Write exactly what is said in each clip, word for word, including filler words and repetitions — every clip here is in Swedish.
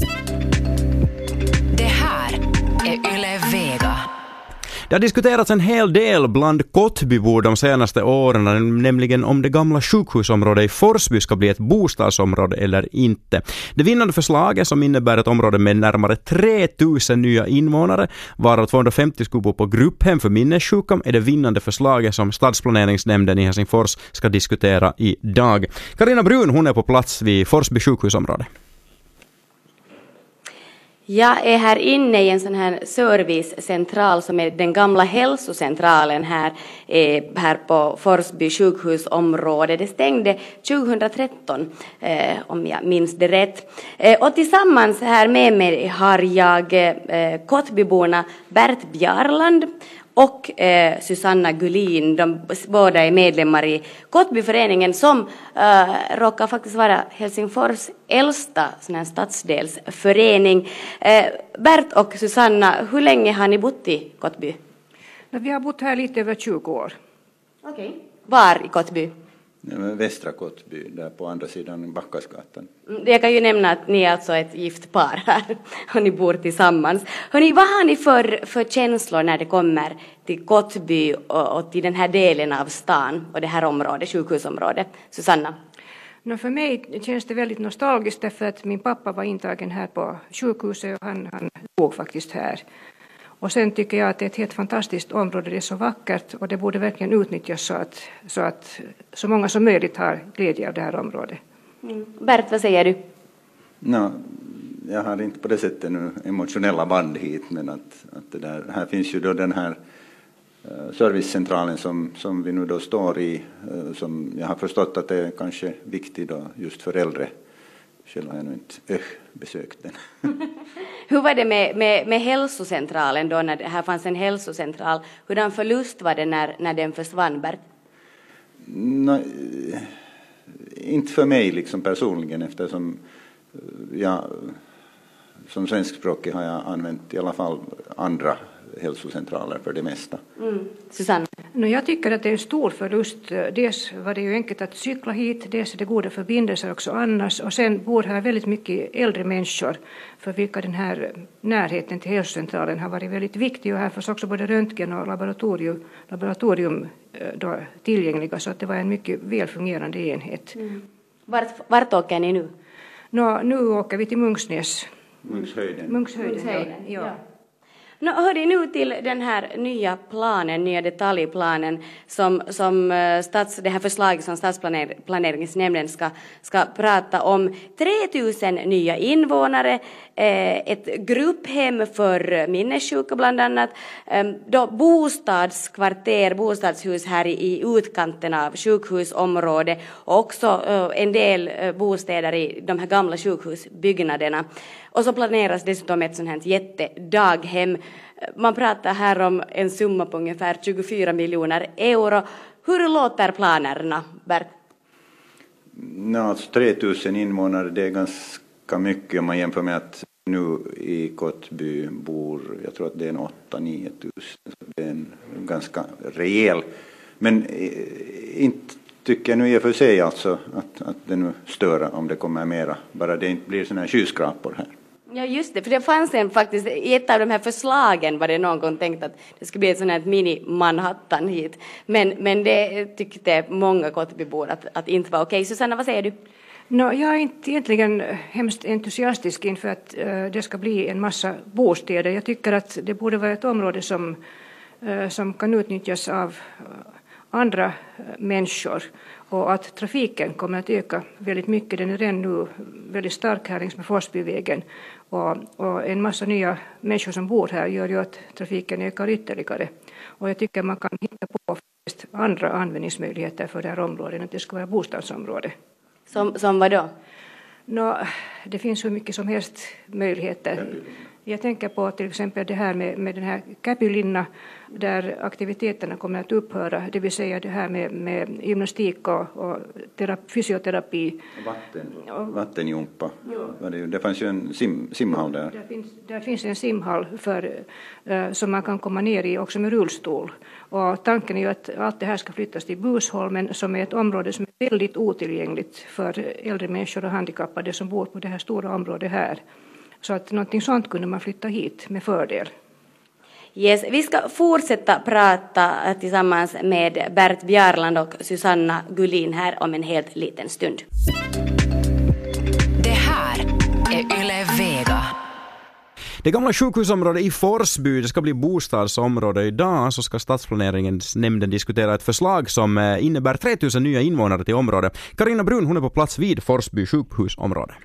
Det här är Yle Vega. Det har diskuterats en hel del bland Kottbybor de senaste åren, nämligen om det gamla sjukhusområdet i Forsby ska bli ett bostadsområde eller inte. Det vinnande förslaget, som innebär ett område med närmare tre tusen nya invånare, varav tvåhundrafemtio skulle bo på grupphem för minnessjuka, är det vinnande förslaget som stadsplaneringsnämnden i Helsingfors ska diskutera idag. Karina Brun, hon är på plats vid Forsby sjukhusområde. Jag är här inne i en sån här servicecentral som är den gamla hälsocentralen här, eh, här på Forsby sjukhusområde. Det stängde tjugohundratretton eh, om jag minns det rätt. Eh, och tillsammans här med mig har jag eh, Kottbyborna Bert Bjarland och eh, Susanna Gullin. De båda är medlemmar i Kottbyföreningen som eh, råkar faktiskt vara Helsingfors äldsta sån här stadsdelsförening. Eh, Bert och Susanna, hur länge har ni bott i Kottby? Vi har bott här lite över tjugo år. Okej. Okay. Var i Kottby? Västra Kottby, där på andra sidan Backasgatan. Jag kan ju nämna att ni är alltså ett gift par här och ni bor tillsammans. Hörrni, vad har ni för, för känslor när det kommer till Kottby och, och till den här delen av stan och det här området, sjukhusområdet? Susanna? No, för mig känns det väldigt nostalgiskt därför att min pappa var intagen här på sjukhuset och han, han dog faktiskt här. Och sen tycker jag att det är ett helt fantastiskt område, det är så vackert och det borde verkligen utnyttjas så att så, att, så många som möjligt har glädje av det här området. Mm. Bert, vad säger du? No, jag har inte på det sättet nu emotionella band hit, men att, att det där, här finns ju då den här uh, servicecentralen som, som vi nu då står i, uh, som jag har förstått att det är kanske viktigt då just för äldre. Själv har jag nog inte öh, besökt den. Hur var det med, med, med hälsocentralen då, när det här fanns en hälsocentral? Hurdan förlust var det när, när den försvann, Bert? No, inte för mig liksom personligen, eftersom jag som svenskspråkig har jag använt i alla fall andra hälsocentraler för det mesta. Mm. Susanne? No, jag tycker att det är en stor förlust. Dels var det ju enkelt att cykla hit, dels är det goda förbindelser också annars. Och sen bor här väldigt mycket äldre människor för vilka den här närheten till hälsocentralen har varit väldigt viktig. Och här finns också både röntgen och laboratorium, laboratorium då tillgängliga, så att det var en mycket väl fungerande enhet. Mm. Vart, vart åker ni nu? No, nu åker vi till Munksnäs. Munkshöjden. Munkshöjden, Munkshöjden, ja. ja. No, hörde nu till den här nya planen, nya detaljplanen som, som stats, det här förslaget som stadsplaneringsnämnden ska, ska prata om. tre tusen nya invånare, eh, ett grupphem för minnessjuka bland annat, eh, då bostadskvarter, bostadshus här i, i utkanten av sjukhusområdet och också eh, en del eh, bostäder i de här gamla sjukhusbyggnaderna. Och så planeras dessutom ett sånt här jättedaghem. Man pratar här om en summa på ungefär tjugofyra miljoner euro. Hur låter planerna, Bert? No, alltså tre tusen invånare, det är ganska mycket om man jämför med att nu i Kottby bor, jag tror att det är en åtta till nio tusen. Det är en ganska rejäl. Men inte tycker jag nu i och för sig alltså att, att det nu stör om det kommer mera. Bara det inte blir såna här skyskrapor här. Ja, just det, för det fanns en faktiskt, i ett av de här förslagen var det någon gång tänkt att det skulle bli ett sånt här mini-Manhattan hit. Men, men det tyckte många Kottbybor att, att inte var okej. Susanna, vad säger du? No, jag är inte egentligen hemskt entusiastisk inför att uh, det ska bli en massa bostäder. Jag tycker att det borde vara ett område som, uh, som kan utnyttjas av uh, andra uh, människor. Och att trafiken kommer att öka väldigt mycket. Den är redan nu väldigt stark här längs med Forsbyvägen. Och, och en massa nya människor som bor här gör ju att trafiken ökar ytterligare. Och jag tycker man kan hitta på andra användningsmöjligheter för det här området än att det ska vara bostadsområde. Som, som vad då? Nå, det finns hur mycket som helst möjligheter. Jag tänker på till exempel det här med, med den här Käpylinna där aktiviteterna kommer att upphöra. Det vill säga det här med, med gymnastik och, och terapi, fysioterapi. Vatten, vattenjumpa. Ja. Det, det fanns ju en sim, simhall där. Där finns, där finns en simhall för, uh, som man kan komma ner i också med rullstol. Och tanken är ju att allt det här ska flyttas till Busholmen som är ett område som är väldigt otillgängligt för äldre människor och handikappade som bor på det här stora området här. Så att någonting sånt kunde man flytta hit med fördel. Yes, vi ska fortsätta prata tillsammans med Bert Bjarland och Susanna Gullin här om en helt liten stund. Det här är Yle Vega. Det gamla sjukhusområdet i Forsby, det ska bli bostadsområde. Idag så ska stadsplaneringsnämnden diskutera ett förslag som innebär tre tusen nya invånare till området. Carina Brun, hon är på plats vid Forsby sjukhusområde.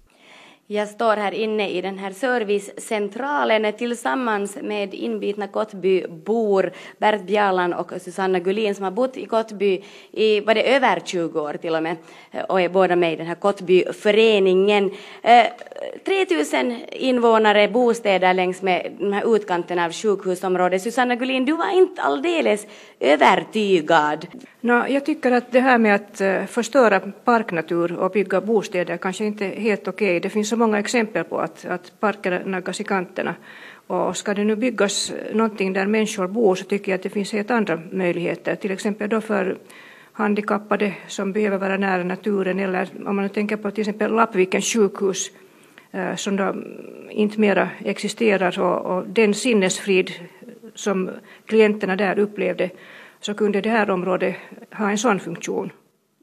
Jag står här inne i den här servicecentralen tillsammans med inbitna Kottbybor Bert Bjarland och Susanna Gullin som har bott i Kottby i var det över tjugo år till och med och är båda med i den här Kottbyföreningen. Eh, tre tusen invånare, bostäder längs med de här utkanterna av sjukhusområdet. Susanna Gullin, du var inte alldeles övertygad. No, jag tycker att det här med att uh, förstöra parknatur och bygga bostäder kanske inte är helt okej. Det finns så många exempel på att, att parker naggas i kanterna. Och ska det nu byggas någonting där människor bor så tycker jag att det finns helt andra möjligheter. Till exempel då för handikappade som behöver vara nära naturen. Eller om man nu tänker på till exempel Lappvikens sjukhus uh, som då inte mera existerar. Och, och den sinnesfrid som klienterna där upplevde, så kunde det här området ha en sån funktion.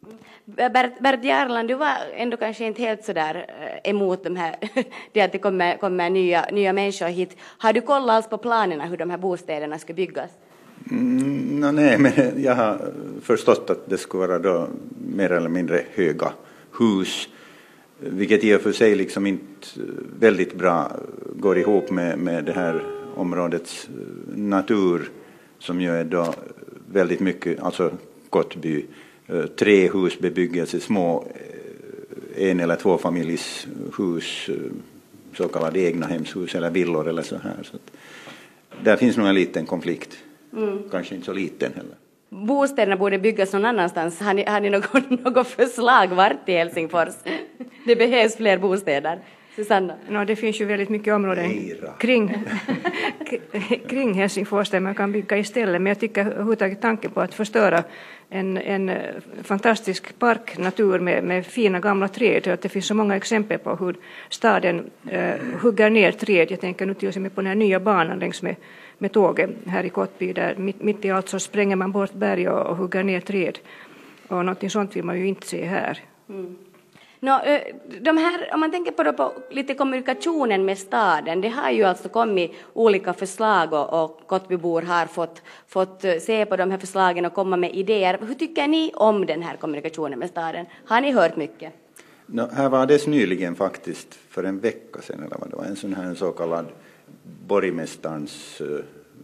Bert, Bert Bjarland, du var ändå kanske inte helt så där emot de här, det att det kommer, kommer nya, nya människor hit. Har du kollat alls på planerna hur de här bostäderna ska byggas? Mm, no, nej, men jag har förstått att det ska vara då mer eller mindre höga hus, vilket i och för sig liksom inte väldigt bra går ihop med, med det här områdets natur som ju är då väldigt mycket, alltså Kottby, trähusbebyggelse, små en eller två familjs hus, så kallade egna hemshus eller villor eller så här. Så att där finns nog en liten konflikt, mm. Kanske inte så liten heller. Bostäderna borde byggas någon annanstans. Har ni, har ni något, något förslag vart i Helsingfors? Det behövs fler bostäder. Susanna? No, det finns ju väldigt mycket områden kring, kring Helsingfors där man kan bygga istället. Men jag tycker överhuvudtaget tanken på att förstöra en, en fantastisk parknatur med, med fina gamla träd. Att det finns så många exempel på hur staden eh, hugger ner träd. Jag tänker nu till exempel på den här nya banan längs med, med tåget här i Kottby. Där mitt, mitt i allt så spränger man bort berg och, och hugger ner träd. Och något sånt vill man ju inte se här. Mm. No, de här, om man tänker på, på lite kommunikationen med staden, det har ju alltså kommit olika förslag och, och Kottbybor har fått, fått se på de här förslagen och komma med idéer. Hur tycker ni om den här kommunikationen med staden? Har ni hört mycket? No, här var det nyligen faktiskt för en vecka sedan eller vad det var, en sån här så kallad borgmästarens uh,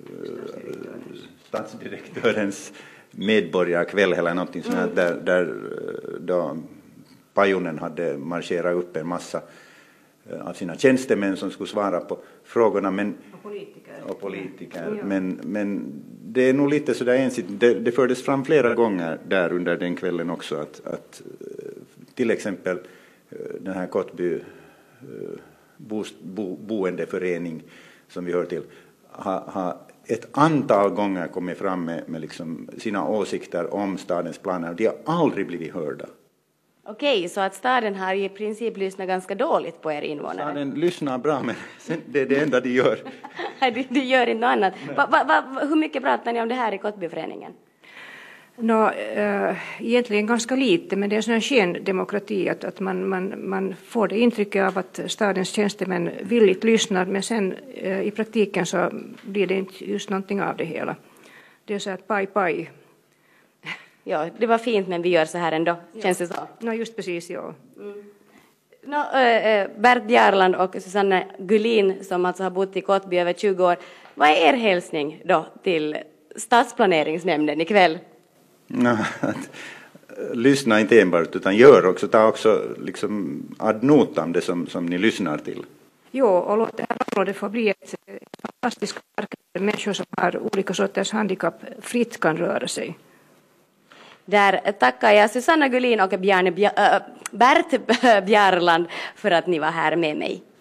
stadsdirektörens medborgarkväll eller någonting sånt här, mm. där, där då Pajunen hade marscherat upp en massa av sina tjänstemän som skulle svara på frågorna. Men, och politiker. Och politiker. Ja. Men, men det är nog lite sådär ensidigt. Det, det fördes fram flera gånger där under den kvällen också att, att till exempel den här Kottby bo, bo, boendeförening som vi hör till har ha ett antal gånger kommit fram med, med liksom sina åsikter om stadens planer. De har aldrig blivit hörda. Okej, så att staden har i princip lyssnat ganska dåligt på er invånare? Staden lyssnar bra, men det är det enda de gör. de, de gör inte något annat. Va, va, va, hur mycket pratar ni om det här i Kottbyföreningen? Nå, äh, egentligen ganska lite, men det är en sån här skendemokrati att, att man, man, man får det intrycket av att stadens tjänstemän villigt lyssnar, men sen äh, i praktiken så blir det inte just någonting av det hela. Det är så att paj paj. Ja, det var fint, men vi gör så här ändå, ja. Känns det så? No, just precis, ja. Mm. No, äh, Bert Bjarland och Susanna Gullin som alltså har bott i Kottby över tjugo år. Vad är er hälsning då till stadsplaneringsnämnden ikväll? No, att, lyssna inte enbart utan gör också, ta också liksom ad notam det som, som ni lyssnar till. Jo, och låt det här området få bli ett fantastiskt park där människor som har olika sorters handikapp fritt kan röra sig. Där tackar jag Susanna Gullin och Bjarne Bja- äh, Bert Bjarland för att ni var här med mig.